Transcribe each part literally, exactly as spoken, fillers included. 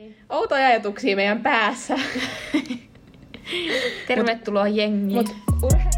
outoja ajatuksia meidän päässä. Tervetuloa mut, jengiin. Mut urhe-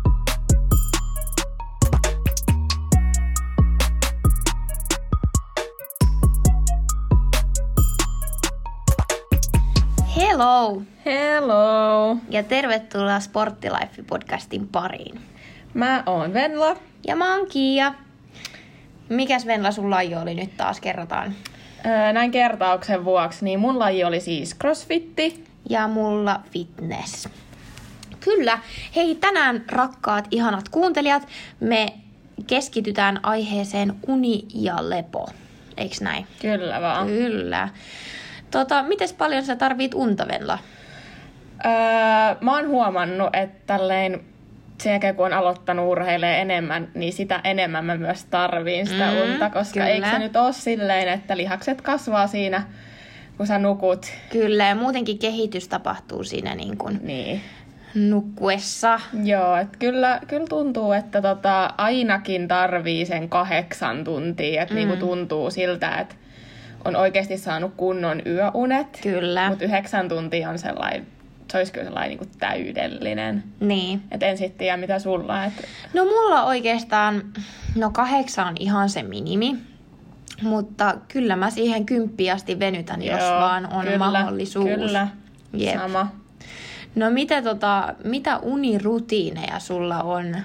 Hello! Hello! Ja tervetuloa Sporttilife-podcastin pariin. Mä oon Venla. Ja mä oon Kiia. Mikäs Venla sun laji oli nyt taas, kerrotaan? Öö, näin kertauksen vuoksi, niin mun laji oli siis crossfitti. Ja mulla fitness. Kyllä. Hei, tänään rakkaat, ihanat kuuntelijat, me keskitytään aiheeseen uni ja lepo. Eiks näin? Kyllä vaan. Kyllä. Tota, mites paljon sä tarvit unta, Venla? Öö, mä oon huomannut, että tälleen sen jälkeen, kun on aloittanut urheilemaan enemmän, niin sitä enemmän mä myös tarviin sitä mm, unta, koska kyllä. Eikö se nyt ole silleen, että lihakset kasvaa siinä, kun sä nukut? Kyllä, ja muutenkin kehitys tapahtuu siinä niin kuin niin. nukkuessa. Joo, että kyllä, kyllä tuntuu, että tota, ainakin tarvii sen kahdeksan tuntia, että mm. niinku tuntuu siltä, että on oikeasti saanut kunnon yöunet. Kyllä. Mutta yhdeksän tuntia on sellainen, se olisi kyllä sellainen niin kuin täydellinen. Niin. Et en sitten tiedä, mitä sulla. Et... No mulla oikeastaan, no kahdeksan on ihan se minimi. Mutta kyllä mä siihen kymppiin asti venytän, Joo, jos vaan on kyllä, mahdollisuus. Kyllä, Jep. sama. No mitä, tota, mitä unirutiineja sulla on?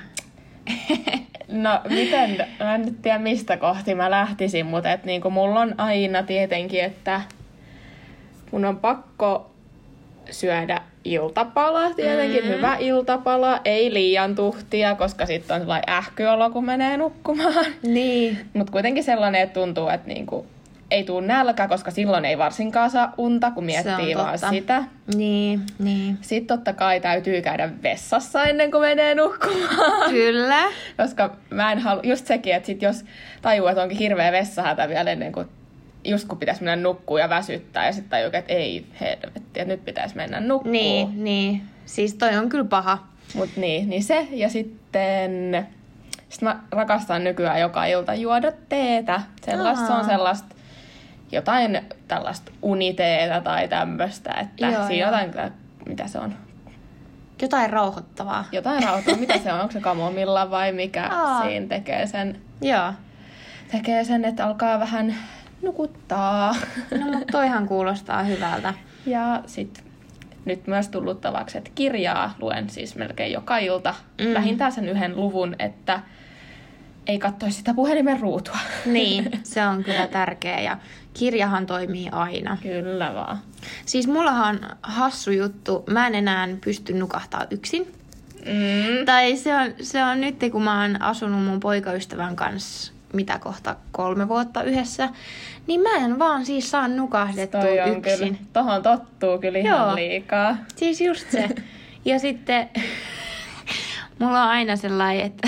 No miten, mä en nyt tiedä mistä kohti mä lähtisin, mutta et niinku mulla on aina tietenkin, että mun on pakko syödä iltapala, tietenkin mm. hyvä iltapala, ei liian tuhtia, koska sitten on sellainen ähkyolo, kun menee nukkumaan. Niin. Mutta kuitenkin sellainen, että tuntuu, että niinku ei tule nälkä, koska silloin ei varsinkaan saa unta, kun miettii vaan sitä. Niin, niin. Sitten totta kai täytyy käydä vessassa ennen kuin menee nukkumaan. Kyllä. Koska mä en halua, just sekin, että sit jos tajuu, että onkin hirveä vessahätä vielä ennen kuin, just kun pitäisi mennä nukkuun ja väsyttää, ja sitten tajuu, että ei helvetti, että nyt pitäisi mennä nukkuun. Niin, niin. Siis toi on kyllä paha. Mut niin, niin se, ja sitten sit mä rakastan nykyään joka ilta juoda teetä. Sellaista, se on sellaista, jotain tällaista uniteetä tai tämmöistä, että Joo, siinä jo. jotain, mitä se on? Jotain rauhoittavaa. Jotain rauhoittavaa. Mitä se on? Onko se kamomilla vai mikä Aa. siinä tekee sen? Joo. Tekee sen, että alkaa vähän nukuttaa. No, mutta toihan kuulostaa hyvältä. Ja sit nyt myös tullut tavaksi, että kirjaa luen siis melkein joka ilta. Mm. Vähintään sen yhden luvun, että ei katsoisi sitä puhelimen ruutua. Niin, se on kyllä tärkeä ja kirjahan toimii aina. Kyllä vaan. Siis mullahan on hassu juttu, mä en enää pysty nukahtaa yksin. Mm. Tai se on, se on nyt, kun mä oon asunut mun poikaystävän kanssa, mitä kohta kolme vuotta yhdessä, niin mä en vaan siis saa nukahdettua yksin. Kyllä, tohon tottuu kyllä ihan Joo. liikaa. Siis just se. Ja sitten mulla on aina sellainen, että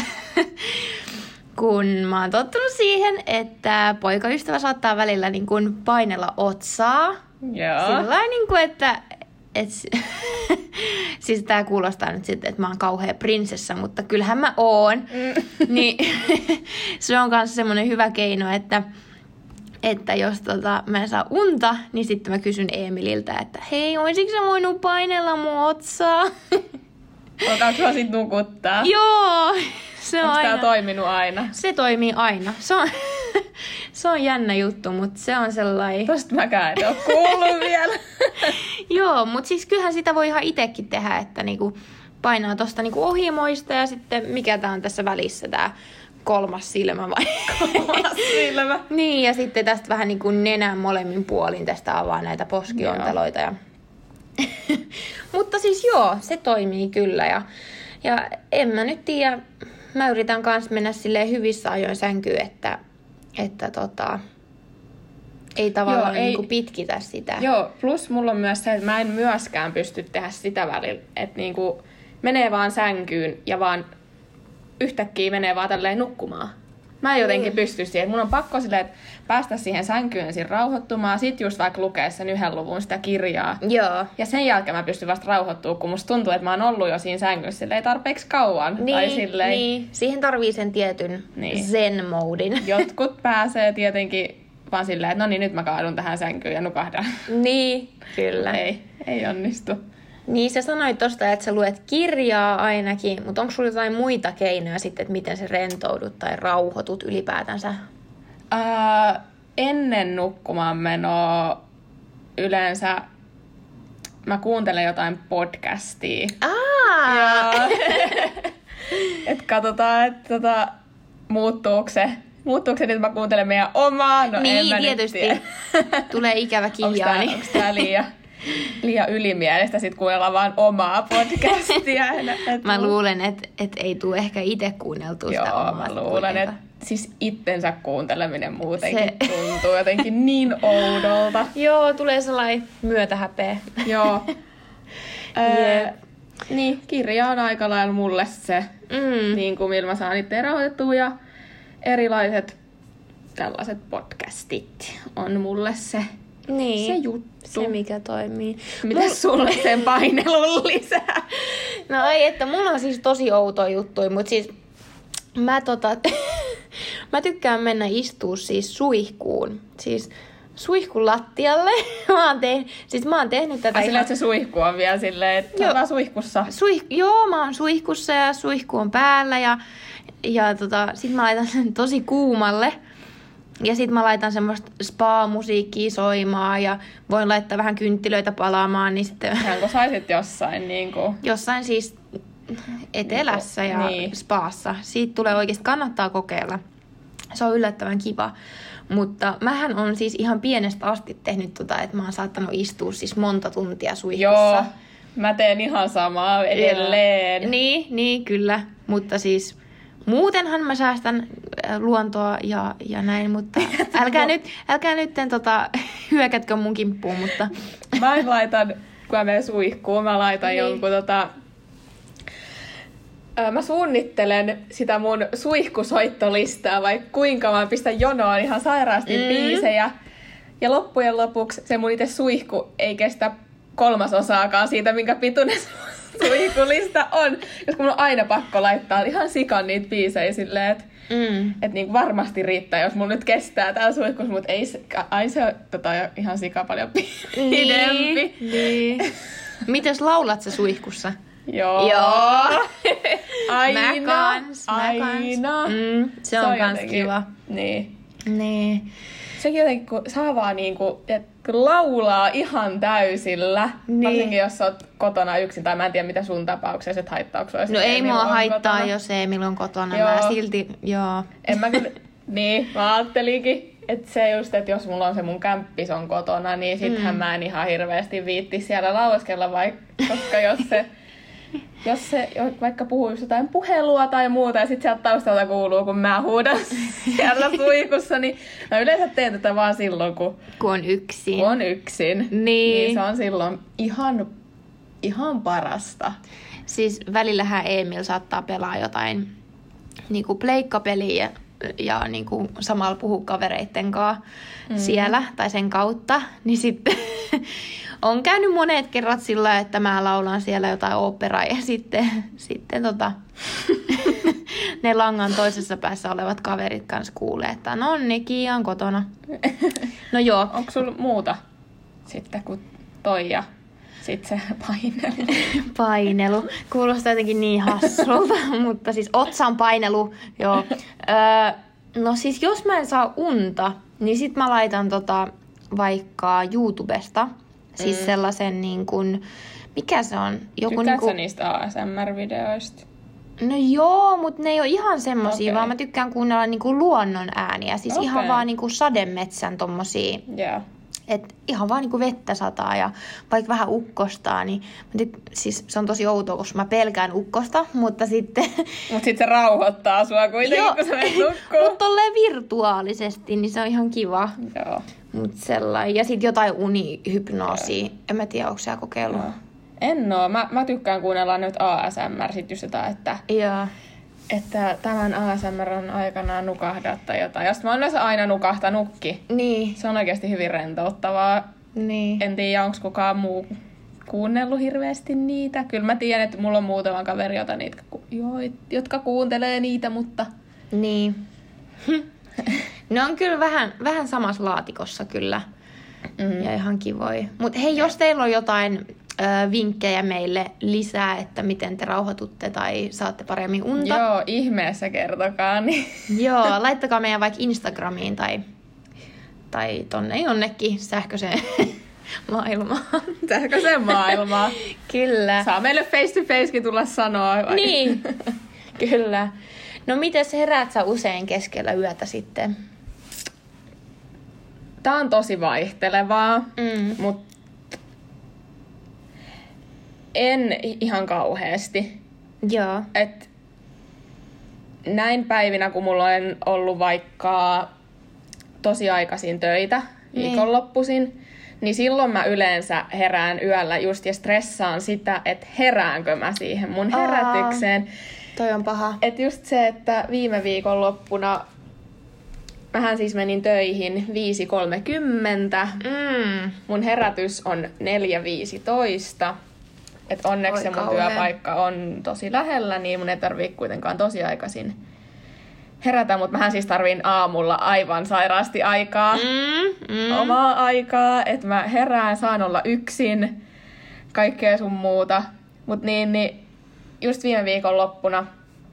kun mä oon tottunut siihen, että poikaystävä saattaa välillä niin kuin painella otsaa. Joo. Sillain niin kuin, että et, siis tää kuulostaa nyt sitten, että mä oon kauhea prinsessa, mutta kyllähän mä oon. Mm. Niin se on myös semmoinen hyvä keino, että, että jos tota, mä en saa unta, niin sitten mä kysyn Emililtä, että hei, olisitko sä voinut painella mun otsaa? Alkaako sua sit nukuttaa? Joo. Se on Onko aina, tää toiminut aina? Se toimii aina. Se on, se on jännä juttu, mutta se on sellainen... Tosta mäkään et oo kuullut vielä. Joo, mutta siis kyllähän sitä voi ihan itsekin tehdä, että niinku painaa tosta niinku ohimoista ja sitten mikä tää on tässä välissä, tää kolmas silmä vai? Kolmas silmä. Niin, ja sitten tästä vähän niinku nenän molemmin puolin tästä avaa näitä poskionteloita. Ja... mutta siis joo, se toimii kyllä ja, ja en mä nyt tiedä... Mä yritän kans mennä silleen hyvissä ajoin sänkyyn, että, että tota, ei tavallaan Joo, ei, niinku pitkitä sitä. Joo, plus mulla on myös se, että mä en myöskään pysty tehdä sitä välillä, että niinku menee vaan sänkyyn ja vaan yhtäkkiä menee vaan tälleen nukkumaan. Mä en jotenkin pysty siihen. Mun on pakko silleen, että päästä siihen sänkyyn ensin rauhoittumaan, sit just vaikka lukea sen yhden luvun sitä kirjaa. Joo. Ja sen jälkeen mä pystyn vasta rauhoittumaan, kun musta tuntuu, että mä oon ollut jo siinä sängyssä silleen tarpeeksi kauan. Niin, tai silleen... niin. Siihen tarvii sen tietyn niin. zen-modin. Jotkut pääsee tietenkin vaan silleen, että no niin, nyt mä kaadun tähän sänkyyn ja nukahdan. Niin, kyllä. Ei, ei onnistu. Niin, sä sanoit tosta, että sä luet kirjaa ainakin, mutta onko sulla jotain muita keinoja sitten, että miten sä rentoudut tai rauhoitut ylipäätänsä? Ää, ennen nukkumaan menoa yleensä mä kuuntelen jotain podcastia. Aa! Ja että katsotaan, että tota, muuttuuko se. Muuttuuko se, että mä kuuntelen meidän omaa? No niin, en mä tietysti. Nyt Tulee ikävä kijaani. Onko tää liian, liian ylimielistä sit kuunnella vaan omaa podcastia? Et mä luulen, että et ei tule ehkä itse kuunneltua sitä Joo, omaa. mä luulen, että siis itsensä kuunteleminen muutenkin Se... tuntuu jotenkin niin oudolta. Joo, tulee sellainen myötähäpeä. Joo. öö, niin, kirja on aika lailla mulle se, Mm. niin kuin millä mä saan itse rauhoitettua ja erilaiset tällaiset podcastit on mulle se, Niin, se juttu. se mikä toimii. Mitä Mul- sulle sen painelun lisää? No ei, että mulla on siis tosi outo juttu, mutta siis mä tota, mä tykkään mennä istuu siis suihkuun. Siis suihkun lattialle. mä oon tehnyt, siis mä oon tehnyt tätä Ai sillä, että se suihku on vielä silleen, että on vaan suihkussa. Suih, joo, mä oon suihkussa ja suihku on päällä ja, ja tota, sit mä laitan sen tosi kuumalle. Ja sit mä laitan semmoista spa-musiikkia soimaan ja voin laittaa vähän kynttilöitä palaamaan, niin sitten... Ihan kun saisit jossain niinku... Jossain siis etelässä ja niin. spaassa. Siitä tulee oikeasti, kannattaa kokeilla. Se on yllättävän kiva. Mutta mähän on siis ihan pienestä asti tehnyt tota, että mä oon saattanut istua siis monta tuntia suihkussa. Joo, mä teen ihan samaa edelleen. Niin, niin, kyllä. Mutta siis muutenhan mä säästän luontoa ja, ja näin, mutta älkää nyt, älkää nyt tota, hyökätkö mun kimppuun, mutta... Mä laitan, kun mä menen suihkuun, mä laitan niin. jonkun tota... Mä suunnittelen sitä mun suihkusoittolistaa, vaikka kuinka mä pistän jonoon ihan sairaasti mm. biisejä. Ja loppujen lopuksi se mun itse suihku ei kestä kolmasosaakaan siitä, minkä pituinen suihkulista on. Koska mun on aina pakko laittaa ihan sikan niitä biisejä silleen, että mm. et niin varmasti riittää, jos mun nyt kestää tää suihkus, mutta ei se, ai se on tota, ihan sika paljon pidempi. Niin, niin. Mites laulat sä suihkussa? Joo. Joo. Aina. Mä kans. Mä Aina. Mm, se, se on, on kans jotenkin kiva. Niin. Niin. Sekin jotenkin, kun saa vaan niinku, että laulaa ihan täysillä. Niin. Varsinkin, jos sä oot kotona yksin, tai mä en tiedä, mitä sun tapauksessa, että haittaako sua. No ei mua haittaa, kotona. jos Emil on kotona. Joo. Mä silti, joo. En mä kyllä, niin, mä ajattelinkin, että se just, että jos mulla on se mun kämppis on kotona, niin sittenhän mm. mä en ihan hirveästi viitti siellä lauskella, vaikka, koska jos se... Jos se vaikka puhuu jotain puhelua tai muuta ja sitten sieltä taustalta kuuluu, kun mä huudan siellä suihkussa, niin mä yleensä teen tätä vaan silloin, kun, kun on yksin. Kun on yksin. Niin. Niin se on silloin ihan, ihan parasta. Siis välillähän Emil saattaa pelaa jotain niinku pleikkapeliä ja, ja niinku samalla puhua kavereitten kanssa mm. siellä tai sen kautta, niin sitten... On käynyt monet kerrat sillä, että mä laulan siellä jotain oopperaa ja sitten, sitten tota, ne langan toisessa päässä olevat kaverit kanssa kuulee, että no Neki on kotona. No joo. Onko sulla muuta sitten kuin toi ja sitten se painelu? Painelu. Kuulostaa jotenkin niin hassulta, mutta siis otsan painelu, joo. Öö, no siis jos mä en saa unta, niin sit mä laitan tota vaikka YouTubesta. Siis mm. sellaisen niin kuin, mikä se on? Joku Tykkäätkö niin kuin... niistä A S M R-videoista? No joo, mutta ne ei ole ihan semmosia, Okay. vaan mä tykkään kuunnella niin kuin luonnon ääniä. Siis Okay. ihan vaan niin kuin sademetsän tommosia. Yeah. Et ihan vaan niin kuin vettä sataa ja vaikka vähän ukkostaa, niin mä tyk... siis se on tosi outoa, koska mä pelkään ukkosta, mutta sitten... Mut sit se rauhoittaa sua kuitenkin, kun sä menet nukkuu. Mutta tolleen virtuaalisesti, niin se on ihan kiva. Joo. Mut sellainen. Ja sit jotain unihypnoosia. En mä tiedä, onko sä kokeillut? Joo. En oo. Mä, mä tykkään kuunnella nyt A S M R, sit just jotain, että, Joo. että tämän A S M R on aikanaan nukahda tai jotain. Ja sit mä oon yleensä aina nukahtanutkin. Niin. Se on oikeasti hyvin rentouttavaa. Niin. En tiedä, onko kukaan muu kuunnellut hirveästi niitä. Kyllä mä tiedän, että mulla on muutama kaveri, jota niitä, jo, jotka kuuntelee niitä, mutta... Niin. Ne on kyllä vähän, vähän samassa laatikossa kyllä. Mm. Ja ihan kivoi. Mutta hei, jos teillä on jotain ö, vinkkejä meille lisää, että miten te rauhoitutte tai saatte paremmin unta. Joo, ihmeessä kertokaa. Niin. Joo, laittakaa meidän vaikka Instagramiin tai, tai tonne jonnekin sähköiseen maailmaan. Sähköiseen maailmaan. Kyllä. Saa meille face to facekin tulla sanoa. Vai? Niin, kyllä. No mites heräät sä usein keskellä yötä sitten? Tää on tosi vaihtelevaa, Mm. mutta en ihan kauheasti. Joo. Et näin päivinä, kun mulla on ollut vaikka tosi aikaisin töitä Niin. viikonloppuisin, niin silloin mä yleensä herään yöllä just ja stressaan sitä, että heräänkö mä siihen mun Aa. herätykseen. Toi on paha. Et just se, että viime viikonloppuna mähän siis menin töihin viisi kolmekymmentä. Mm. Mun herätys on neljä viisitoista. Et onneksi Oi se mun kauhea. työpaikka on tosi lähellä, niin mun ei tarvii kuitenkaan tosi aikaisin herätä. Mutta mähän siis tarviin aamulla aivan sairaasti aikaa. Mm. Mm. Omaa aikaa, että mä herään, saan olla yksin, kaikkea sun muuta. Mut niin, niin just viime viikon loppuna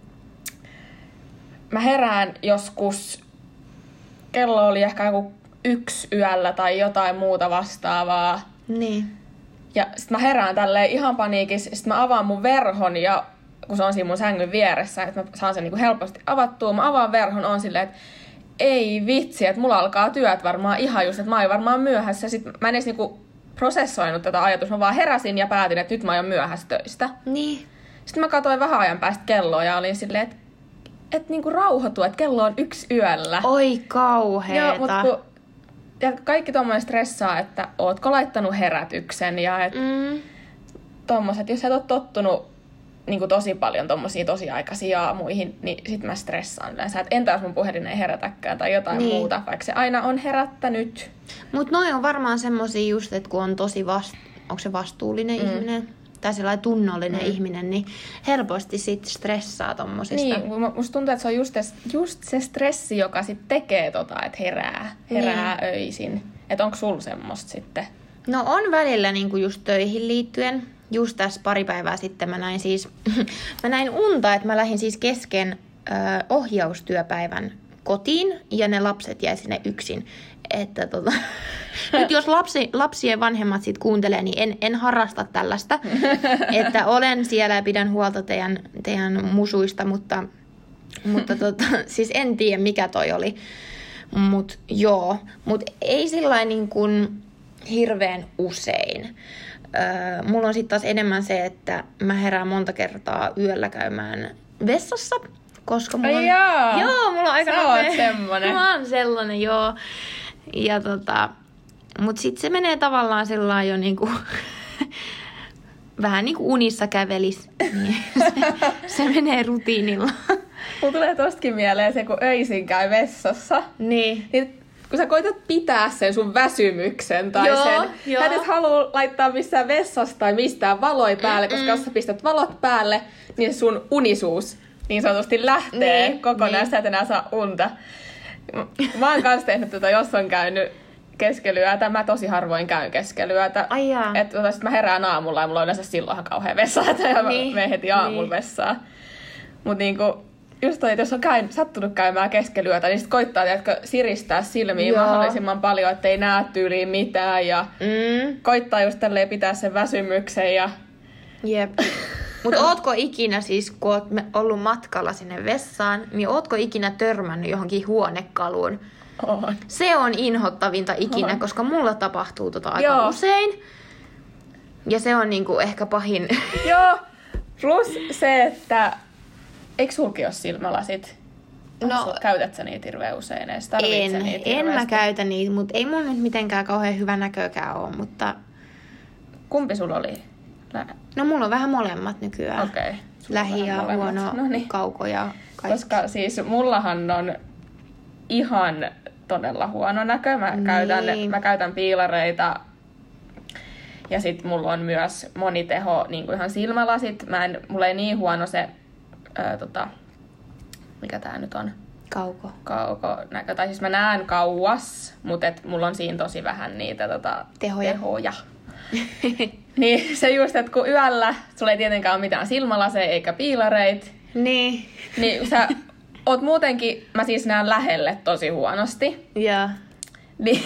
mä herään joskus, kello oli ehkä joku yksi yöllä tai jotain muuta vastaavaa. Niin. Ja sit mä herään tälleen ihan paniikissa, sit mä avaan mun verhon ja kun se on siinä mun sängyn vieressä, että mä saan sen niinku helposti avattua, mä avaan verhon, on silleen, että ei vitsi, että mulla alkaa työt varmaan ihan just, että mä oon varmaan myöhässä. Sitten mä en edes niinku prosessoinut tätä ajatusta, mä vaan heräsin ja päätin, että nyt mä oon myöhässä töistä. Niin. Sitten mä katsoin vähän ajan päästä kelloa ja olin silleen, että et niinku rauhoitu, että kello on yksi yöllä. Oi kauheeta. Joo, mutta kun, ja kaikki tommoinen stressaa, että ootko laittanut herätyksen ja että Mm. tommoset, jos et ole tottunut niin kuin tosi paljon tommosia tosi aikaisia aamuihin, niin sit mä stressaan yleensä. Et entä jos mun puhelin ei herätäkään tai jotain Niin. muuta, vaikka se aina on herättänyt. Mut noi on varmaan semmosia just, että kun on tosi vast... onko se vastuullinen mm. ihminen tai sellainen tunnollinen mm. ihminen, niin helposti sit stressaa tommosista. Niin, kun musta tuntuu, että se on just, just se stressi, joka sit tekee tota, että herää, herää Niin. öisin. Että onko sulla semmoista sitten? No on välillä niinku just töihin liittyen. Just tässä pari päivää sitten mä näin siis, mä näin unta, että mä lähdin siis kesken ö, ohjaustyöpäivän kotiin ja ne lapset jäi sinne yksin. Että tota, nyt jos lapsi, lapsien vanhemmat sit kuuntelee, niin en, en harrasta tällaista. Että olen siellä ja pidän huolta teidän, teidän musuista, mutta, mutta tota, siis en tiedä mikä toi oli. Mut joo, mut ei sillain niin kuin hirveän usein. Öö, mulla on sitten taas enemmän se, että mä herään monta kertaa yöllä käymään vessassa, koska mulla on... Ai jaa. Joo, mulla on aika Sä nopea. oot semmonen. Mä oon sellainen, joo. Ja tota... Mut sit se menee tavallaan sellainen jo niinku... vähän niinku unissa kävelis. Niin se, se menee rutiinilla. Mulla tulee tostakin mieleen se, kun öisin käy vessassa. Niin. Niin kun sä koitat pitää sen sun väsymyksen tai Joo, sen, joo. sä et edes halua laittaa missään vessassa tai mistään valoi päälle, Mm-mm. koska jos sä pistät valot päälle, niin se sun unisuus niin sanotusti lähtee Niin, kokonaan, niin. sä et enää saa unta. Mä oon kans tehnyt tätä, jos on käynyt keskelyötä. Mä tosi harvoin käyn keskelyötä. Ai jaa. Että tota, sit mä herään aamulla ja mulla on yleensä silloinhan kauhean vessa, ja mä Niin, menen heti aamulla niin. vessaan. Mut niinku, just toi, että jos on käyn, sattunut käymään keskelyötä, niin sit koittaa tiedätkö, siristää silmiä Joo. mahdollisimman paljon, ettei näe tyyliin mitään. Ja Mm. koittaa just tälleen pitää sen väsymyksen. Ja... Jep. Mut ootko ikinä siis, kun oot me- ollut matkalla sinne vessaan, niin ootko ikinä törmännyt johonkin huonekaluun? On. Se on inhottavinta ikinä, On. koska mulla tapahtuu tota aika Joo. usein. Ja se on niinku ehkä pahin. Joo, plus se, että eikö sulki ole silmälasit? No, No, käytät sä niitä hirveän usein edes? Tarvitset en, sä niitä en mä hirveästi? käytä niitä, mutta ei mulla nyt mitenkään kauhean hyvä näkökään ole. Mutta Kumpi sulla oli? Lä- no mulla on vähän molemmat nykyään. Okei. Okay. Lähi- ja huono, No niin. kauko ja kaikki. Koska siis mullahan on ihan todella huono näkö. Mä, Niin. käytän, mä käytän piilareita ja sit mulla on myös moniteho niin kuin ihan silmälasit. Mä en, mulla ei niin huono se, ää, tota, mikä tää nyt on? Kauko. kauko näkö, tai siis mä näen kauas, mutta et mulla on siinä tosi vähän niitä tota, Tehoja. tehoja. Niin se just, että kun yöllä sulla ei tietenkään ole mitään silmälaseja eikä piilareit, Niin. niin sä oot muutenkin, mä siis näen lähelle tosi huonosti. Ja. Niin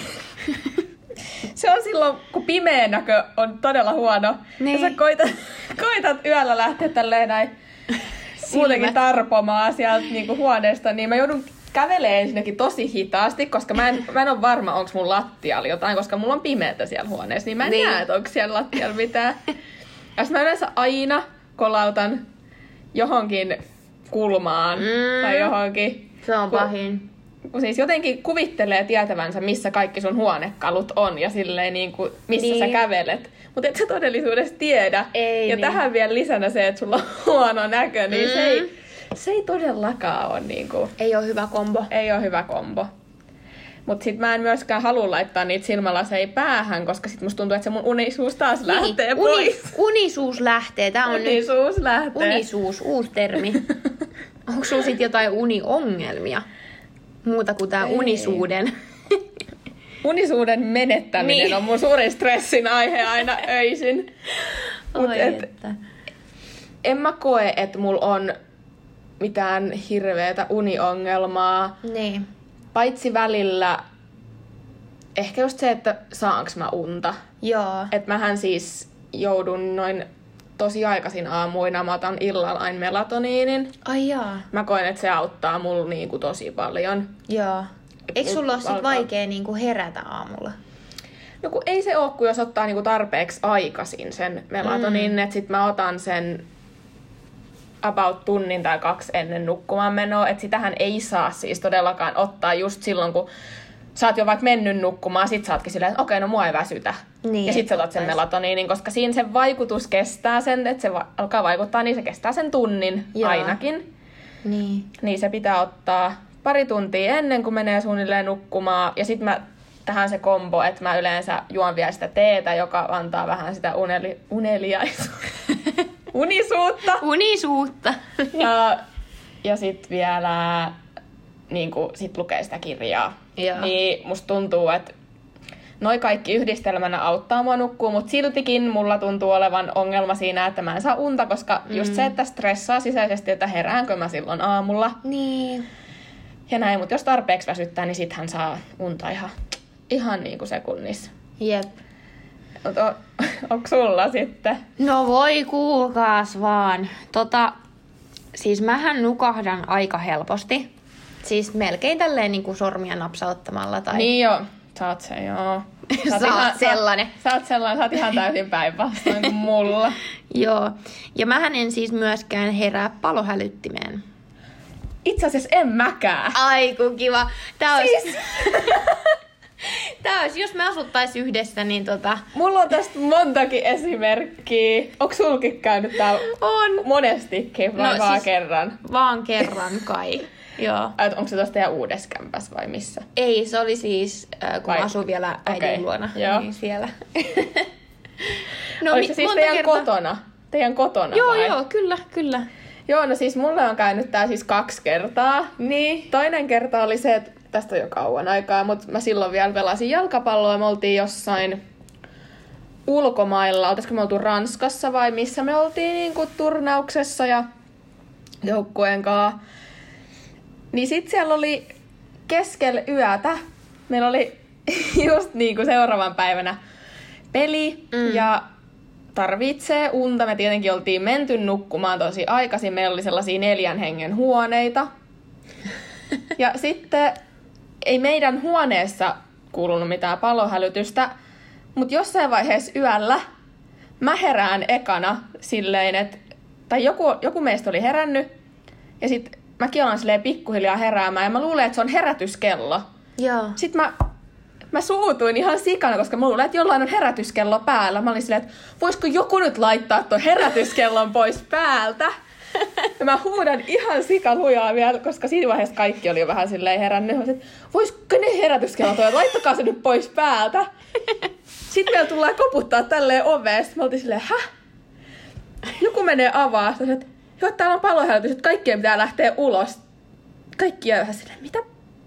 se on silloin, kun pimeä näkö on todella huono. Niin. Ja sä koitat, koitat yöllä lähteä tälleen näin muutenkin tarpomaan sieltä niinku huoneesta, niin mä joudun kävelee ensinnäkin tosi hitaasti, koska mä en, mä en ole varma, onko mun lattialla jotain, koska mulla on pimeätä siellä huoneessa, niin mä en niin. näe, että onko siellä lattialla mitään. Ja sitten mä yleensä aina kolautan johonkin kulmaan mm. tai johonkin. Se on kun, pahin. Kun siis jotenkin kuvittelee tietävänsä, missä kaikki sun huonekalut on ja silleen niin kuin, missä niin. sä kävelet. Mutta et sä todellisuudessa tiedä. Ei ja niin. tähän vielä lisänä se, että sulla on huono näkö, niin mm. se ei... Se ei todellakaan ole niinku... Ei ole hyvä kombo. Ei ole hyvä kombo. Mutta sit mä en myöskään halua laittaa niitä silmälaseja päähän, koska sit musta tuntuu, että se mun unisuus taas niin. lähtee Uni, pois. Unisuus lähtee. Tää on unisuus nyt... lähtee. Unisuus, uusi termi. Onko sulla sit jotain uniongelmia? Muuta kuin tää ei. unisuuden. Unisuuden menettäminen niin. on mun suurin stressin aihe aina öisin. Mut Oi et, että. En mä koe, että mulla on mitään hirveätä uniongelmaa. Niin. Paitsi välillä ehkä just se, että saanko mä unta. Joo. Että mähän siis joudun noin tosi aikaisin aamuina, mä otan illalla aina melatoniinin. Ai jaa. Mä koen, että se auttaa mulla niinku tosi paljon. Joo. Eikö sulla ole sit alkaa... vaikea niinku herätä aamulla? No kun ei se oo, kun jos ottaa niinku tarpeeksi aikaisin sen melatoniinin, mm. että sit mä otan sen about tunnin tai kaksi ennen nukkumaan menoa, että sitähän ei saa siis todellakaan ottaa just silloin, kun sä oot jo vaikka mennyt nukkumaan, sit sä ootkin silleen, että okei, no mua ei väsytä. Niin, ja sit sä otat sen melatoniinin, koska siinä se vaikutus kestää sen, että se va- alkaa vaikuttaa, niin se kestää sen tunnin Joo. ainakin. Niin. Niin se pitää ottaa pari tuntia ennen kuin menee suunnilleen nukkumaan. Ja sit mä tähän se kombo, että mä yleensä juon vielä sitä teetä, joka antaa vähän sitä uneli- uneliaisuutta. Unisuutta. Unisuutta. Ja, ja sit vielä niin sit lukee sitä kirjaa. Joo. Niin musta tuntuu, että noi kaikki yhdistelmänä auttaa mua nukkua, mutta siltikin mulla tuntuu olevan ongelma siinä, että mä en saa unta, koska mm. just se, että stressaa sisäisesti, että heräänkö mä silloin aamulla. Niin. Ja näin, mutta jos tarpeeksi väsyttää, niin sit hän saa unta ihan, ihan niinku sekunnissa. Jep. Mut on, onko sulla sitten? No voi kuulkaas vaan. Tota, siis mähän nukahdan aika helposti. Siis melkein tälleen niin kuin sormia napsauttamalla. Tai... Niin joo, sä oot se, joo. Sä, sä oot sellainen. Sä, sä oot sellainen, sä oot ihan täysin päinvastoin kuin mulla. Joo, ja mähän en siis myöskään herää palohälyttimeen. Itse asiassa en mäkään. Ai kun kiva. Tää olisi... Siis... Tää olisi, jos me asuttais yhdessä, niin tota... Mulla on tästä montakin esimerkkiä. Onko sulkin käynyt tää on monestikin vai no, vaan siis kerran? Vaan kerran kai. Joo. Onko se tuossa teidän uudessa kämpässä vai missä? Ei, se oli siis, äh, kun vai? asuin vielä äidin okay. luona, Joo. niin siellä. no, Oliko se siis teidän kertaa... kotona? Teidän kotona joo, vai? Joo, kyllä, kyllä. Joo, no siis mulle on käynyt tää siis kaksi kertaa. Niin. Toinen kerta oli se, että tästä on jo kauan aikaa, mutta mä silloin vielä pelasin jalkapalloa ja me oltiin jossain ulkomailla. Oltaisiko me oltu Ranskassa vai missä me oltiin niin kuin turnauksessa ja joukkueen kanssa. Niin sit siellä oli keskellä yötä, meillä oli just niin kuin seuraavan päivänä peli mm. ja tarvitsee unta. Me tietenkin oltiin menty nukkumaan tosi aikaisin. Meillä oli sellaisia neljän hengen huoneita. Ja sitten ei meidän huoneessa kuulunut mitään palohälytystä, mutta jossain vaiheessa yöllä mä herään ekana silleen, että tai joku, joku meistä oli herännyt ja sitten mäkin alan silleen pikkuhiljaa heräämään ja mä luulen, että se on herätyskello. Joo. Sitten mä, mä suutuin ihan sikana, koska mä luulen, että jollain on herätyskello päällä. Mä olin silleen, että voisiko joku nyt laittaa tuon herätyskellon pois päältä? Ja mä huudan ihan sikalujaa vielä, koska siinä vaiheessa kaikki oli jo vähän silleen herännyt. Mä sanoin, että voisiko ne herätyskellot olla, laittakaa se nyt pois päältä. Sitten meillä tullaan koputtaa tälleen oveen. Sitten me oltiin silleen, häh? Joku menee avaa. Sitten että joo, täällä on palohälytys, että kaikkien pitää lähteä ulos kaikki jää vähän silleen, mitä?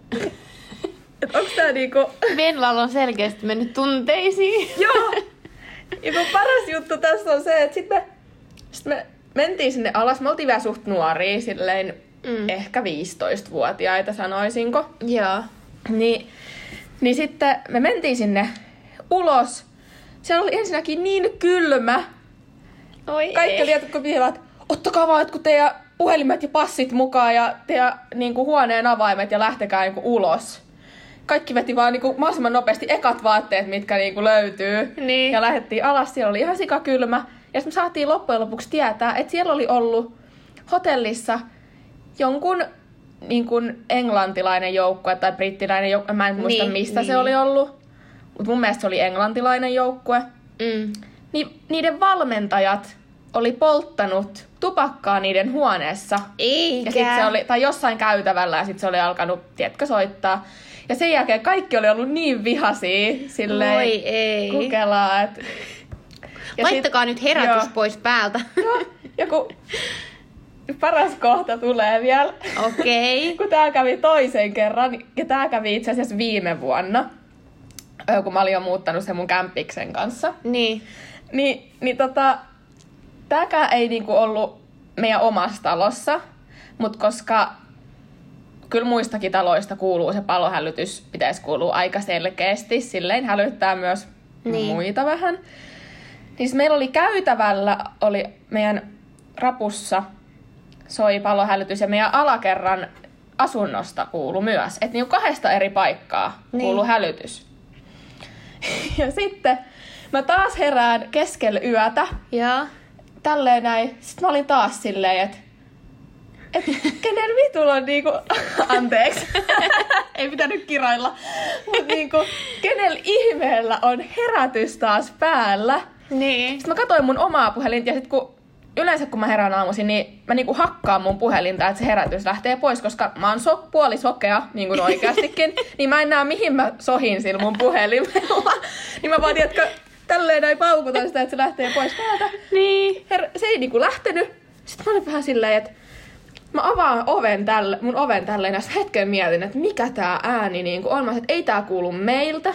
Et onks tää niinku... Venlalla on selkeästi mennyt tunteisiin. Joo! Ja kun paras juttu tässä on se, että sit me, sit me mentiin sinne alas. Me oltiin vielä suht nuoria, silleen mm. ehkä viisitoistavuotiaita sanoisinko. Joo. Niin, niin sitten me mentiin sinne ulos. Siellä oli ensinnäkin niin kylmä. Oi Kaikki ei. oli, kun piivät, ottakaa vaan jotkut teidän puhelimet ja passit mukaan ja teidän niin kuin, huoneen avaimet ja lähtekää niin kuin, ulos. Kaikki veti vaan niin kuin, mahdollisimman nopeasti ekat vaatteet, mitkä niin kuin, löytyy. Niin. Ja lähdettiin alas. Siellä oli ihan sikakylmä. Ja sitten me saatiin loppujen lopuksi tietää, että siellä oli ollut hotellissa jonkun niin kuin, englantilainen joukkue tai brittiläinen joukkue. Mä en muista, niin, mistä niin. se oli ollut. Mutta mun mielestä se oli englantilainen joukkue. Mm. Niin niiden valmentajat oli polttanut tupakkaa niiden huoneessa. Eikä. Ja sit se oli, tai jossain käytävällä ja sitten se oli alkanut, tiedätkö, soittaa. Ja sen jälkeen kaikki oli ollut niin vihaisia silleen Voi ei. kukelaa. Et... Ja Laittakaa sit, nyt herätys joo. pois päältä. Joo, ja kun paras kohta tulee vielä. Okei. Okay. Kun tää kävi toisen kerran, ja tää kävi itse asiassa viime vuonna, kun mä olin jo muuttanut sen mun kämppiksen kanssa. Niin. Niin, niin tota, tääkään ei niinku ollut meidän omassa talossa, mutta koska kyllä muistakin taloista kuuluu se palohälytys, pitäisi kuulua aika selkeästi, silleen hälyttää myös niin. muita vähän. Niin meillä oli käytävällä, oli meidän rapussa soi palohälytys ja meidän alakerran asunnosta kuului myös. Että niinku kahdesta eri paikkaa niin. kuului hälytys. Ja sitten mä taas herään keskellä yötä. Joo. Tälleen näin. Sitten mä olin taas silleen, että et kenen vitulla on niinku... Anteeksi. Ei pitänyt kirailla. Mutta niinku, kenellä ihmeellä on herätys taas päällä. Niin. Sitten mä katsoin mun omaa puhelinta ja sit kun... Yleensä kun mä herään aamuisin, niin mä niinku hakkaan mun puhelinta, että se herätys lähtee pois, koska mä oon so- puolisokea, niin kuin oikeastikin, niin mä en näe mihin mä sohin sillä mun puhelimella. Niin mä vaan tiedätkö, tälleen näin paukutan sitä, että se lähtee pois päältä. Niin. Her- se ei niinku lähtenyt. Sitten mä olin vähän silleen, että mä avaan oven tälle, mun oven tälleen ja hetken mietin, että mikä tää ääni niinku on. Mä sanoin, että ei tää kuulu meiltä.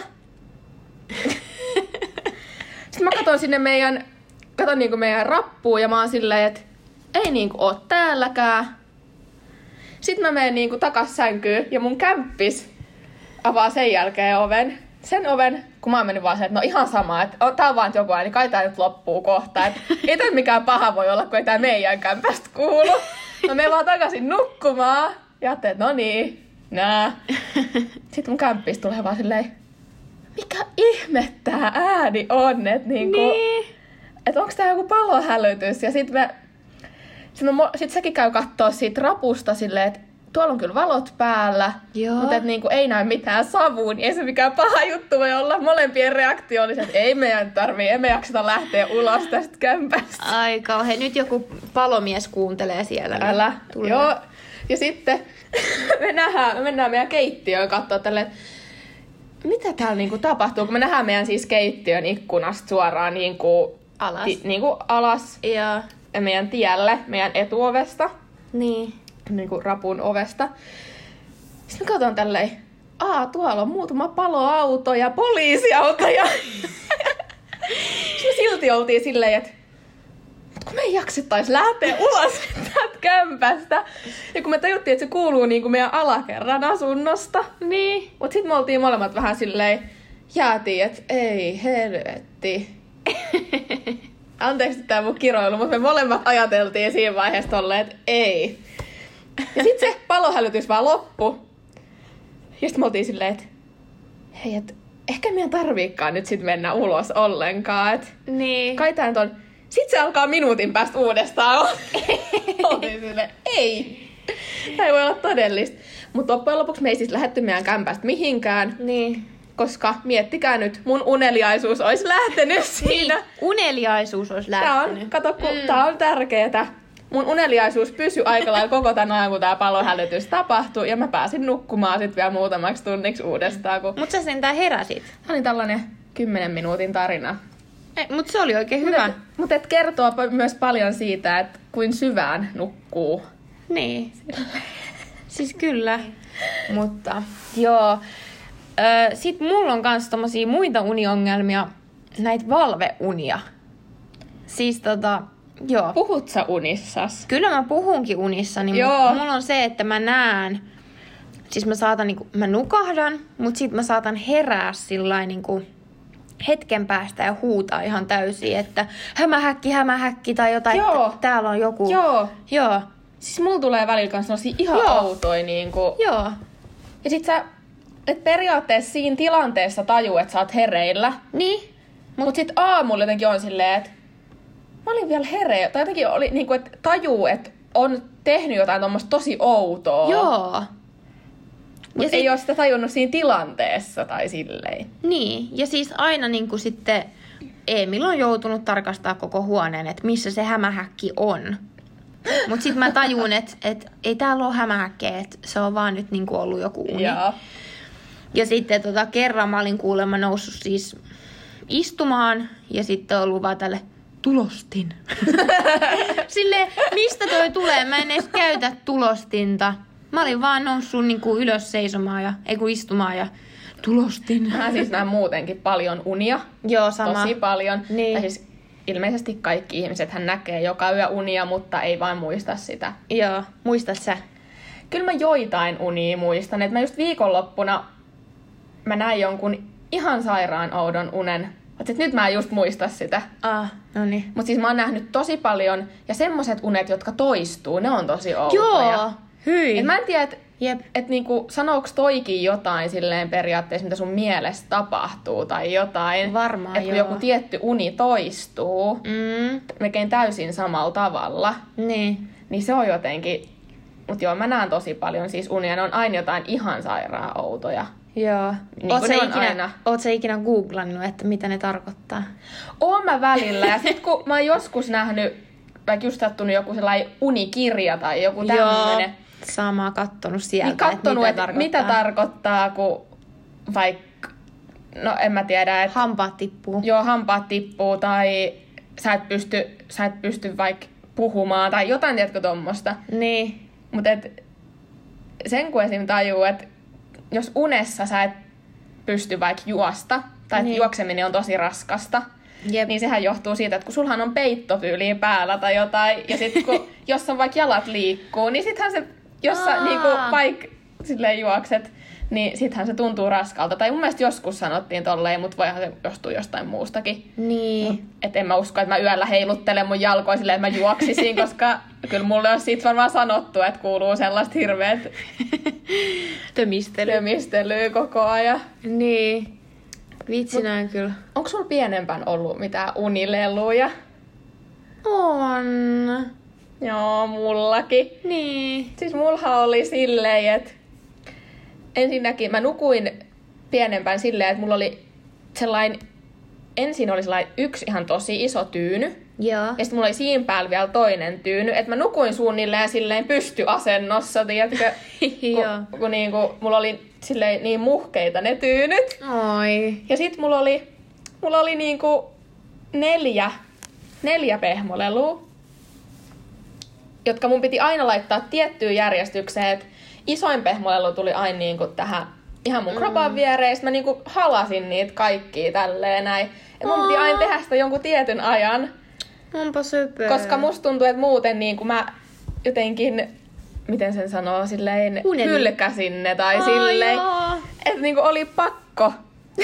Sitten mä katson sinne meidän... Katon niinku meidän rappuun ja mä oon silleen, että ei niinku oo täälläkään. Sitten mä menen niinku takas sänkyyn ja mun kämppis avaa sen jälkeen oven. Sen oven, kun mä oon mennyt vaan se, että no ihan sama, että tää on vaan joku ääni, kai tää nyt loppuu kohta. Et ei tää mikään paha voi olla, kun ei tää meidän kämpästä kuulu. Mä menen vaan takaisin nukkumaan ja ajattelin, että no niin, nää. Sitten mun kämppis tulee vaan silleen, mikä ihme tää ääni on, että niinku... Niin. Että onko tää joku palohälytys? Ja sit, me, sit, me, sit sekin käy kattoo siitä rapusta silleen, että tuolla on kyllä valot päällä, Joo. mutta et niinku ei näy mitään savua, niin ei se mikään paha juttu voi olla. Molempien reaktio oli se, että ei meidän tarvii, emme jakseta lähteä ulos tästä kämpästä. Ai kauhean. Nyt joku palomies kuuntelee siellä. Älä. Tulee. Joo. Ja sitten me, nähdään, me mennään meidän keittiöön katsoa tälleen, mitä täällä niinku tapahtuu, kun me nähdään meidän siis keittiön ikkunasta suoraan niinku Alas. Ti, niinku alas Ja. meidän tielle, meidän etuovesta, Niin. niinku rapun ovesta. Sitten me katson tälleen, aa, tuolla on muutama paloauto ja poliisiauto. Ja... Sitten me silti oltiin silleen, että kun me ei jaksettais lähteä ulos täältä kämpästä. Ja kun me tajuttiin, että se kuuluu niinku meidän alakerran asunnosta. Niin. Mut sit me oltiin molemmat vähän silleen, jäätiin, että ei helvetti. Anteeksi tää mun kiroilu, mutta me molemmat ajateltiin siinä vaiheessa tolleen, että ei. Ja sit se palohälytys vaan loppu. Ja sit me oltiin silleen, että hei, et ehkä meidän tarviikaan nyt sit mennä ulos ollenkaan. Et Niin. kai tää nyt on... Sit se alkaa minuutin päästä uudestaan. Oltiin silleen, ei. Tää ei voi olla todellista. Mutta loppujen lopuksi me ei siis lähdetty meidän kämpästä mihinkään. Niin. Koska miettikää nyt, mun uneliaisuus olisi lähtenyt siinä. Niin. Uneliaisuus olisi Tää lähtenyt. on, kato, kun Mm. tää on tärkeetä. Mun uneliaisuus pysyi aika lailla koko tämän ajan, kun tää palohälytys tapahtui. Ja mä pääsin nukkumaan sit vielä muutamaksi tunniksi uudestaan. Kun... Mut sä sentään heräsit. Tää oli tällainen kymmenen minuutin tarina. Ei, mut se oli oikein hyvä. Mutta mut et kertoo pa- myös paljon siitä, että kuin syvään nukkuu. Niin. Siis kyllä. Mutta joo. Ö, sit mulla on kans tommosia muita uniongelmia. Näitä valveunia. Siis tota, joo. Puhut sä unissas? Kyllä mä puhunkin unissani, Joo. mutta mulla on se, että mä näen, siis mä saatan niinku, mä nukahdan, mutta sit mä saatan herää sillain niinku hetken päästä ja huutaa ihan täysin, että hämähäkki, hämähäkki tai jotain, Joo. että täällä on joku. Joo. Joo. Siis mulla tulee välillä kans sellaisia ihan Joo. autoja niinku. Joo. Ja sit sä et periaatteessa siinä tilanteessa taju, että sä oot hereillä. Niin. Mut, Mut sit aamulla jotenkin on silleen, että mä olin vielä hereillä. Tai jotenkin oli niinku, että tajuu, että on tehnyt jotain tommoista tosi outoa. Joo. Mut Ja ei sit- oo sitä tajunnut siinä tilanteessa tai silleen. Niin, ja siis aina niin kuin sitten Emil on joutunut tarkastaa koko huoneen, että missä se hämähäkki on. Mutta sitten mä tajun, että et, ei täällä ole hämähäkkeä, että se on vaan nyt niin kuin ollut joku uni. Joo. Ja sitten tota, kerran mä olin kuulemma noussut siis istumaan ja sitten ollut vaan tälle tulostin. Silleen, mistä toi tulee? Mä en edes käytä tulostinta. Mä olin vaan noussut niin kuin ylös seisomaan ja, ei kun istumaan ja tulostin. Mä siis näen muutenkin paljon unia. Joo, sama. Tosi paljon. Niin. Tai siis ilmeisesti kaikki ihmiset hän näkee joka yö unia, mutta ei vain muista sitä. Joo, muistat sä? Kyllä mä joitain unia muistan. Että mä just viikonloppuna mä näin jonkun ihan sairaan oudon unen. Mutta nyt mä en just muista sitä. Ah, no niin. Mutta siis mä oon nähnyt tosi paljon. Ja semmoset unet, jotka toistuu, ne on tosi outoja. Joo, hyi. Et mä en tiedä, että Jep. et niinku, sanooks toikin jotain silleen periaatteessa, mitä sun mielestä tapahtuu tai jotain. Varmaan Että kun joo. joku tietty uni toistuu, Mm, melkein täysin samalla tavalla, niin. niin se on jotenkin... Mut joo, mä näen tosi paljon siis unia, ne on aina jotain ihan sairaan outoja. Joo. Niin Oot kuin sä ne on ikinä, aina. oot sä ikinä googlannut, että mitä ne tarkoittaa? Oon mä välillä, ja sit kun mä oon joskus nähnyt, vaikka just sattunut joku sellainen unikirja tai joku tämmönen, Joo, sama kattonut sieltä, niin kattonut, että että mitä tarkoittaa, kun vaikka, no en mä tiedä, että Hampaat tippuu. joo, hampaat tippuu tai sä et pysty, sä et pysty vaikka puhumaan tai jotain, tiedätkö tommosta. Niin. Mutta sen kun esim. Tajuu, että jos unessa sä et pysty vaikka juosta tai että Niin. juokseminen on tosi raskasta, Jep. niin sehän johtuu siitä, että kun sulhan on peitto tyyliin päällä tai jotain, ja sitten kun jos on vaikka jalat liikkuu, niin sittenhän se, jos sä Aa. niinku vaikka silleen juokset, niin sittenhän se tuntuu raskalta. Tai mun mielestä joskus sanottiin tolleen, mutta voihan se johtua jostain muustakin. Niin. Että en mä usko, että mä yöllä heiluttelen mun jalkoja silleen, että mä juoksisin, koska kyllä mulle on siitä varmaan sanottu, että kuuluu sellaista hirveät Tömistely. tömistelyä koko ajan. Niin. Vitsi näin kyllä. Onko sulla pienempään ollut mitään unileluja? On. Joo, mullakin. Niin. Siis mullahan oli silleen, että ensinnäkin mä nukuin pienempään silleen, että mulla oli sellainen, ensin oli sellainen yksi ihan tosi iso tyyny, Joo. ja sitten mulla oli siinä päällä vielä toinen tyyny, että mä nukuin suunnilleen silleen pystyasennossa, tiedätkö? Joo. kun, kun niinku, mulla oli silleen niin muhkeita ne tyynyt. Oi. Ja sit mulla oli, mulla oli niinku neljä, neljä pehmolelua, jotka mun piti aina laittaa tiettyyn järjestykseen, että isoin pehmolelu tuli aina niinku tähän ihan mun kropan viereen, sit mä niinku halasin niitä kaikkia tälleen näin. Et mun piti aina tehdä sitä jonkun tietyn ajan, Onpa söpöä. koska musta tuntuu, että muuten niinku mä jotenkin, miten sen sanoo, silleen Uneni. hylkäsin ne tai Ai silleen, joo. että niinku oli pakko.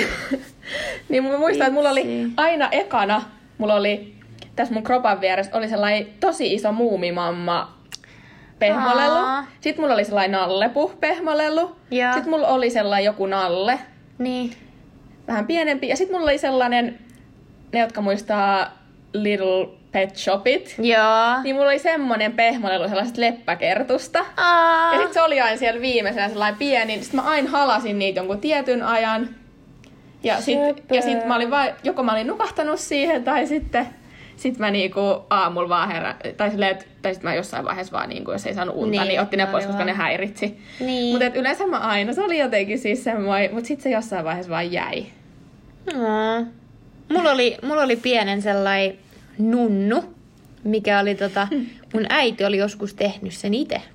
Niin mä muistan, että mulla oli Vitsi. aina ekana, mulla oli tässä mun kropan vieressä oli sellainen tosi iso muumimamma pehmolelu. Aa. Sitten mulla oli sellainen nallepu pehmolelu. Joo. Sitten mulla oli sellainen joku nalle, Niin. vähän pienempi. Ja sitten mulla oli sellainen, ne jotka muistaa Little Pet Shopit. Joo. Niin mulla oli semmonen pehmolelu sellaisesta leppäkertusta. Aa. Ja sit se oli aina siellä viimeisenä sellainen pieni. Sit mä aina halasin niitä jonkun tietyn ajan. Ja sit, Söpö. ja sit mä olin vaan, joko mä olin nukahtanut siihen, tai sitten sit mä niinku aamulla vaan herä, tai silleen, et, tai sit mä jossain vaiheessa vaan niinku, jos ei saanut unta, niin, Niin, niin otti ne pois, koska aivan. ne häiritsi. Niin. Mutta yleensä mä aina, se oli jotenkin siis semmoinen, mut sit se jossain vaiheessa vaan jäi. No. Mulla oli, mulla oli pienen sellainen nunnu, mikä oli tota, mun äiti oli joskus tehnyt sen itse.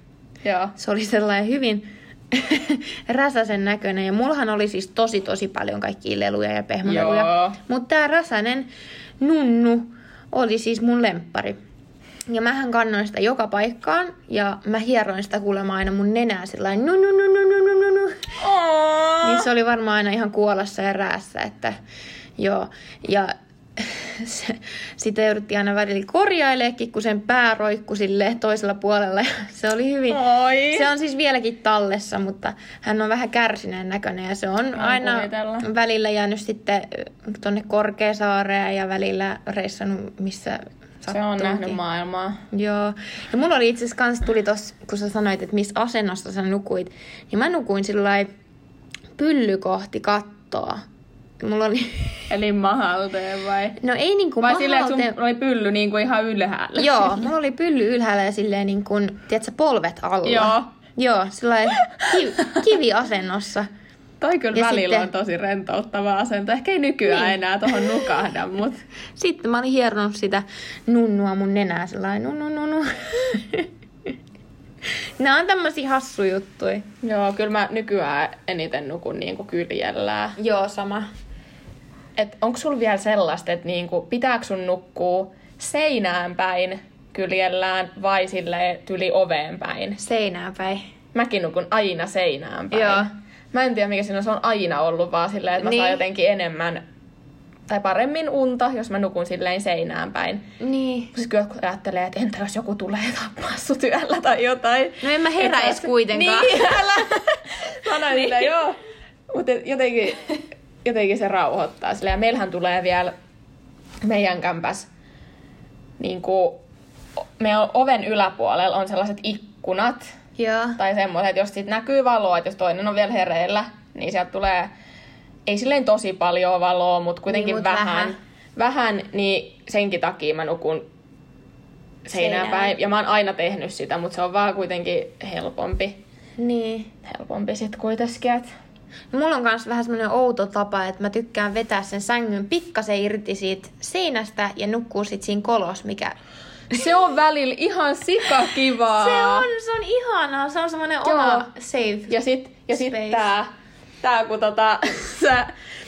Joo. Se oli sellainen hyvin räsäsen näköinen. Ja mullahan oli siis tosi tosi paljon kaikkia leluja ja pehmoleluja. Mutta tää räsänen nunnu oli siis mun lemppari. Ja mähän kannoin sitä joka paikkaan. Ja mä hieroin sitä kuulemma aina mun nenää sellainen nu nu nu nu nu nu nu. Niin se oli varmaan aina ihan kuolassa ja räässä. Että joo. Ja se, sitä jouduttiin aina välillä korjaileekin, kun sen pää roikkui silleen toisella puolella. Ja se oli hyvin... Oi. Se on siis vieläkin tallessa, mutta hän on vähän kärsineen näköinen. Ja se on Mä aina kuvitella. välillä jäänyt sitten tonne Korkeasaareen ja välillä reissannut missä Se on sattuukin. nähnyt maailmaa. Joo. Ja mulla oli itse asiassa kans tuli tossa, kun sä sanoit, että missä asennossa sä nukuit. Niin mä nukuin sillai pylly kohti kattoa. Mulla oli... Eli mahalteen vai? No ei niinku Vai silleen, että mahalteen... sun oli pylly niinku ihan ylhäällä? Joo, mulla oli pylly ylhäällä ja silleen niin kuin, tiedätkö, polvet alla. Joo. Joo, sellainen kiv, kiviasennossa. Toi kyllä Ja välillä sitten- on tosi rentouttava asento. Ehkä ei nykyään Niin. enää tohon nukahda, mut... Sitten mä olin hieronut sitä nunnua mun nenää sellainen nu nu nu nu. Nämä on tämmösiä hassuja juttuja. Joo, kyllä mä nykyään eniten nukun niinku kyljellään. Joo, sama. Et onko sulla vielä sellaista, että niinku, pitääkö sun nukkuu seinään päin kyljellään vai silleen tyli oveen päin? Seinään päin. Mäkin nukun aina seinään päin. Joo. Mä en tiedä, mikä siinä on, se on aina ollut, vaan silleen, että mä Niin. saan jotenkin enemmän tai paremmin unta, jos mä nukun silleen seinään päin. Niin. Siis kyllä jotkut ajattelee, että entä jos joku tulee tappaa sut yöllä tai jotain. No en mä heräis Että- kuitenkaan. Niin, älä. Mä näin niin. silleen, joo. Mutta jotenkin, jotenkin se rauhoittaa. Silleen, ja meillähän tulee vielä meidän kämpäs niin kuin, meidän oven yläpuolella on sellaiset ikkunat. Joo. Tai semmoiset, että jos sit näkyy valoa, että jos toinen on vielä hereillä, niin sieltä tulee, ei silleen tosi paljon valoa, mutta kuitenkin Niin, mut vähän. vähän. Vähän, niin senkin takia mä nukun seinään Seinään. päin. Ja mä oon aina tehnyt sitä, mutta se on vaan kuitenkin helpompi. Niin. Helpompi sit kuitenkin, että... No, mulla on myös vähän semmoinen outo tapa, että mä tykkään vetää sen sängyn pikkasen irti siitä seinästä ja nukkuu sit siinä kolos, mikä... Se on välillä ihan sikakivaa. Se on, se on ihanaa. Se on semmoinen Joo. oma safe Ja sit, ja sit space. tää, tää kun tota, sä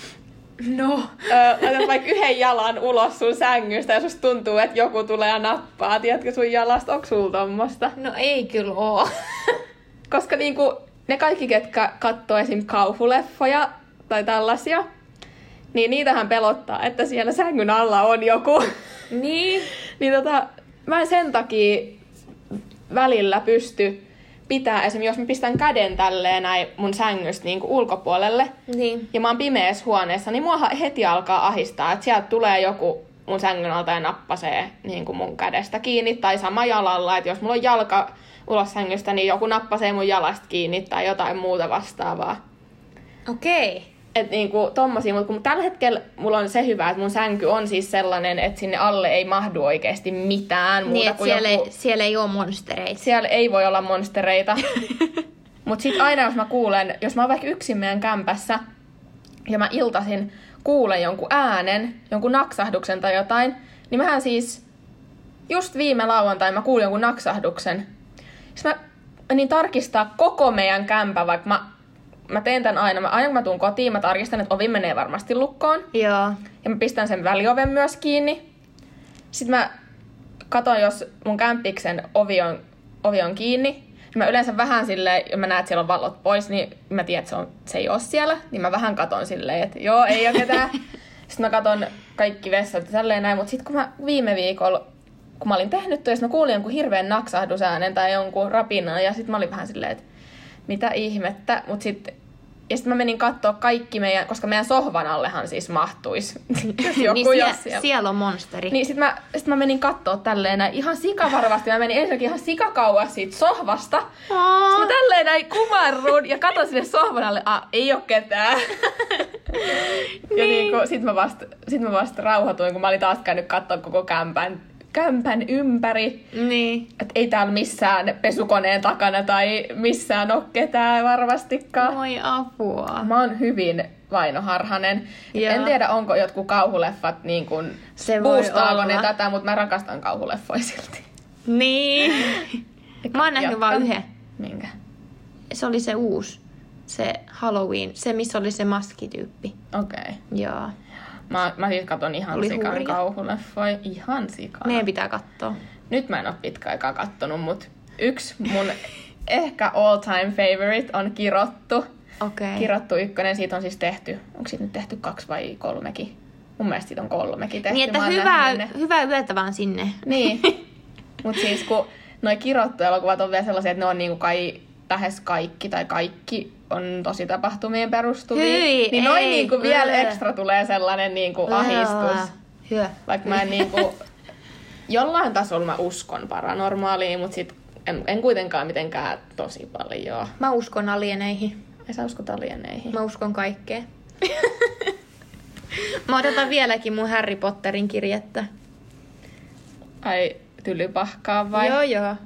no, ö, laitat vaikka yhden jalan ulos sun sängystä ja susta tuntuu, että joku tulee ja nappaa. Tiedätkö sun jalasta, onko sulla tommosta? No ei kyllä oo. Koska niinku ne kaikki, ketkä katsoo esim. Kauhuleffoja tai tällaisia, niin niitähän pelottaa, että siellä sängyn alla on joku. Niin. Niin tota, mä en sen takia välillä pysty pitää, esimerkiksi jos mä pistän käden tälleen näin mun sängystä niin kuin ulkopuolelle, Niin. ja mä oon pimeässä huoneessa, niin mua heti alkaa ahistaa, että sieltä tulee joku mun sängyn alta ja nappasee niin kuin mun kädestä kiinni, tai sama jalalla, että jos mulla on jalka ulos sängystä, niin joku nappasee mun jalasta kiinni tai jotain muuta vastaavaa. Okei. Että niinku tommosia, mutta kun tällä hetkellä mulla on se hyvä, että mun sänky on siis sellainen, että sinne alle ei mahdu oikeasti mitään muuta Niin, että kuin siellä, joku... ei, siellä ei oo monstereita. Siellä ei voi olla monstereita. Mutta sit aina jos mä kuulen, jos mä oon vaikka yksin meidän kämpässä ja mä iltasin kuulen jonkun äänen, jonkun naksahduksen tai jotain, niin mähän siis just viime lauantai mä kuulin jonkun naksahduksen. Sitten mä menin tarkistaa koko meidän kämpä, vaikka mä, mä teen tän aina. Mä, aina kun mä tuun kotiin, mä tarkistan, että ovi menee varmasti lukkoon. Joo. Ja mä pistän sen välioven myös kiinni. Sitten mä katon, jos mun kämppiksen ovi on, ovi on kiinni. Niin mä yleensä vähän silleen, ja mä näen, että siellä on valot pois, niin mä tiedän, että se, on, se ei ole siellä. Niin mä vähän katon silleen, että joo, ei ole ketään. Sitten mä katon kaikki vessat ja tälleen näin. Mutta sitten kun mä viime viikolla, kun mä olin tehnyt tuo, ja mä kuulin jonkun hirveän naksahdusäänen tai jonkun rapinan. Ja sitten mä olin vähän silleen, että mitä ihmettä. Mut sit, ja sitten mä menin kattoo kaikki meidän, koska meidän sohvan allehan siis mahtuisi. Jos joku, niin jos sie- siellä. siellä on monsteri. Niin sit mä, sit mä menin kattoo tälleen näin ihan sikavarvasti. Mä menin ensinnäkin ihan sikakauas siitä sohvasta. Aa. Sitten mä tälleen näin kumarrun ja katon sinne sohvan alle. Ah, ei oo ketään. Ja niinku, sit mä vasta sit mä vasta rauhoituin, kun mä olin taas käynyt kattoo koko kämpän, kämpän ympäri. Niin. Et ei täällä missään pesukoneen takana tai missään oo ketään varmastikaan. Voi apua. Mä oon hyvin vainoharhanen. Joo. En tiedä, onko jotkut kauhuleffat niin kuin Se voi boostaako ne olla. tätä, mutta mä rakastan kauhuleffoja silti. Niin. Mä oon nähnyt Jatka. vaan yhden. Minkä? Se oli se uusi. Se Halloween. Se, missä oli se maskityyppi. Okei. Okay. Joo. Mä, mä siis katon ihan Oli sikan hurja. kauhuleffoja. Ihan sikana. Meidän pitää katsoa. Nyt mä en oo pitkä aikaa kattonut, mut yksi mun ehkä all time favorite on Kirottu. Okei. Okay. Kirottu ykkönen, siitä on siis tehty, onko siitä nyt tehty kaksi vai kolmekin? Mun mielestä siitä on kolmekin tehty. Niin, että Mä oon hyvää, nähnyt ne. hyvää yötä vaan sinne. Niin. Mut siis kun noi Kirottu-elokuvat on vielä sellaisia, että ne on niinku kai, lähes kaikki tai kaikki on tosi tapahtumien perustuvia. Hyi, niin noin ei, niinku vielä öö. ekstra tulee sellainen niinku ahdistus. Hyvä. Vaikka mä en niinku, jollain tasolla mä uskon paranormaaliin, mut sit en, en kuitenkaan mitenkään tosi paljon. Mä uskon alieneihin. Ei sä uskot alieneihin. Mä uskon kaikkeen. Mä odotan vieläkin mun Harry Potterin kirjettä. Ai tylypahkaa vai? Joo, joo.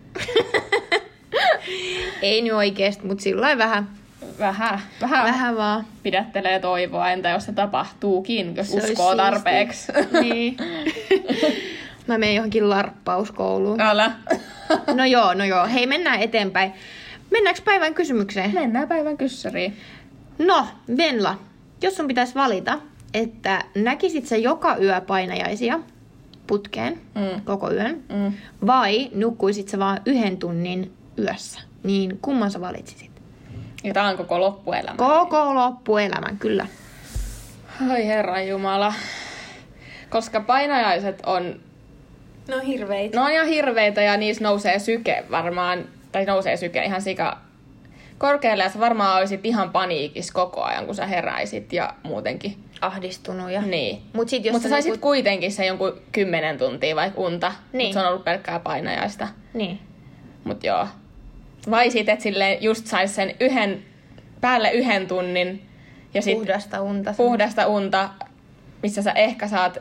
Ei nyt oikeesti, mut sillä vähän. Vähän, vähän, Vähän vaan. pidättelee toivoa, entä jos se tapahtuukin, jos Se olisi uskoo siistiä. tarpeeksi. Niin. Mä menen johonkin larppauskouluun. Älä. No joo, no joo. Hei, mennään eteenpäin. Mennäänkö päivän kysymykseen? Mennään päivän kyssäriin. No, Venla, jos sun pitäisi valita, että näkisit sä joka yö painajaisia putkeen Mm. koko yön, Mm. vai nukkuisit sä vaan yhden tunnin yössä, niin kumman sä valitsisit? Ja tää on koko loppuelämä. Koko loppuelämän, kyllä. Ai herran jumala. Koska painajaiset on, No hirveitä. ne on ihan hirveitä ja niissä nousee syke varmaan, tai nousee syke ihan sika korkealle ja sä varmaan olisit ihan paniikissa koko ajan, kun sä heräisit ja muutenkin. Ahdistunut ja... Niin. Mut sit jos Mutta sä saisit nukut- kuitenkin se jonkun kymmenen tuntia vaikka unta, Niin. mutta se on ollut pelkkää painajaista. Niin. Mut joo. Vai sit, et silleen just sais sen yhden, päälle yhden tunnin ja sit Puhdasta unta. puhdasta unta, missä sä ehkä saat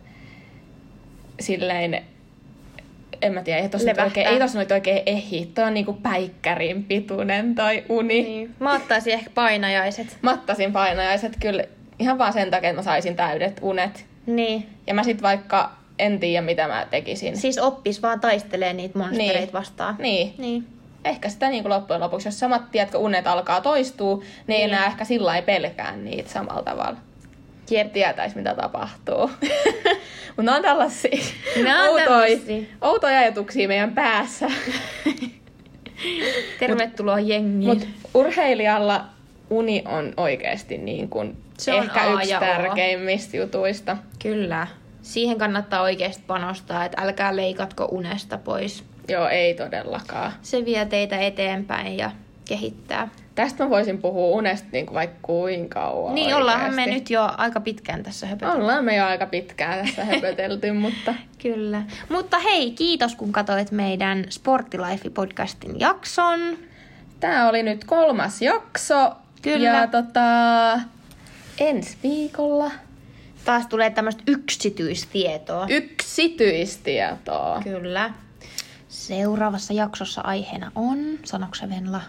silleen, en mä tiedä, ei tossa nyt Levähtää. oikein, ei tossa nyt oikein ehdi. Toi on niinku päikkärin pituinen toi uni. Niin. Mä ottaisin ehkä painajaiset. Mä ottaisin painajaiset kyllä ihan vaan sen takia, että mä saisin täydet unet. Niin. Ja mä sit vaikka en tiedä, mitä mä tekisin. Siis oppis vaan taistelee niitä monstereita Niin. vastaan. Niin. Niin. Ehkä sitä niin kuin loppujen lopuksi, jos samat tiedätkö, unet alkaa toistua, niin ei Niin. enää ehkä sillä lailla pelkää niitä samalla tavalla. Jep. Tietäis, mitä tapahtuu. Mutta ne on tällaisia Ne on outoja, tällaisia. outoja ajatuksia meidän päässä. Tervetuloa jengiin. Mutta urheilijalla uni on oikeasti niin kuin Se on ehkä A yksi ja O. tärkeimmistä jutuista. Kyllä. Siihen kannattaa oikeasti panostaa, että älkää leikatko unesta pois. Joo, ei todellakaan. Se vie teitä eteenpäin ja kehittää. Tästä mä voisin puhua unesta niin kuin vaikka kuinka kauan Niin, ollaanhan me oikeasti. nyt jo aika pitkään tässä höpötelty. Ollaan me jo aika pitkään tässä höpötelty, mutta Kyllä. Mutta hei, kiitos kun katsoit meidän Sporttilife-podcastin jakson. tää oli nyt kolmas jakso. Kyllä. Ja tota, ensi viikolla Taas tulee tämmöistä yksityistietoa. yksityistietoa. Kyllä. Seuraavassa jaksossa aiheena on, sanoksä Venla?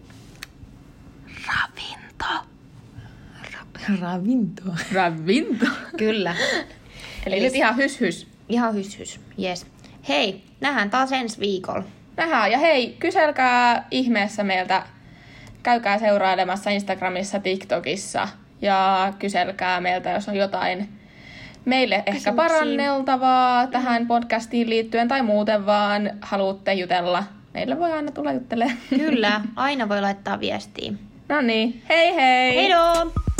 Ravinto. Ra- ravinto. Ravinto. Kyllä. Eli nyt ihan hys hys. Ihan hys hys. Yes. Hei, nähdään taas ensi viikolla. Nähdään. Ja hei, kyselkää ihmeessä meiltä. Käykää seurailemassa Instagramissa, TikTokissa. Ja kyselkää meiltä, jos on jotain meille ehkä Kysymyksiä. paranneltavaa tähän podcastiin liittyen. Tai muuten vaan haluatte jutella. Meille voi aina tulla juttelemaan. Kyllä, aina voi laittaa viestiä. No niin, hei hei! Heidoo!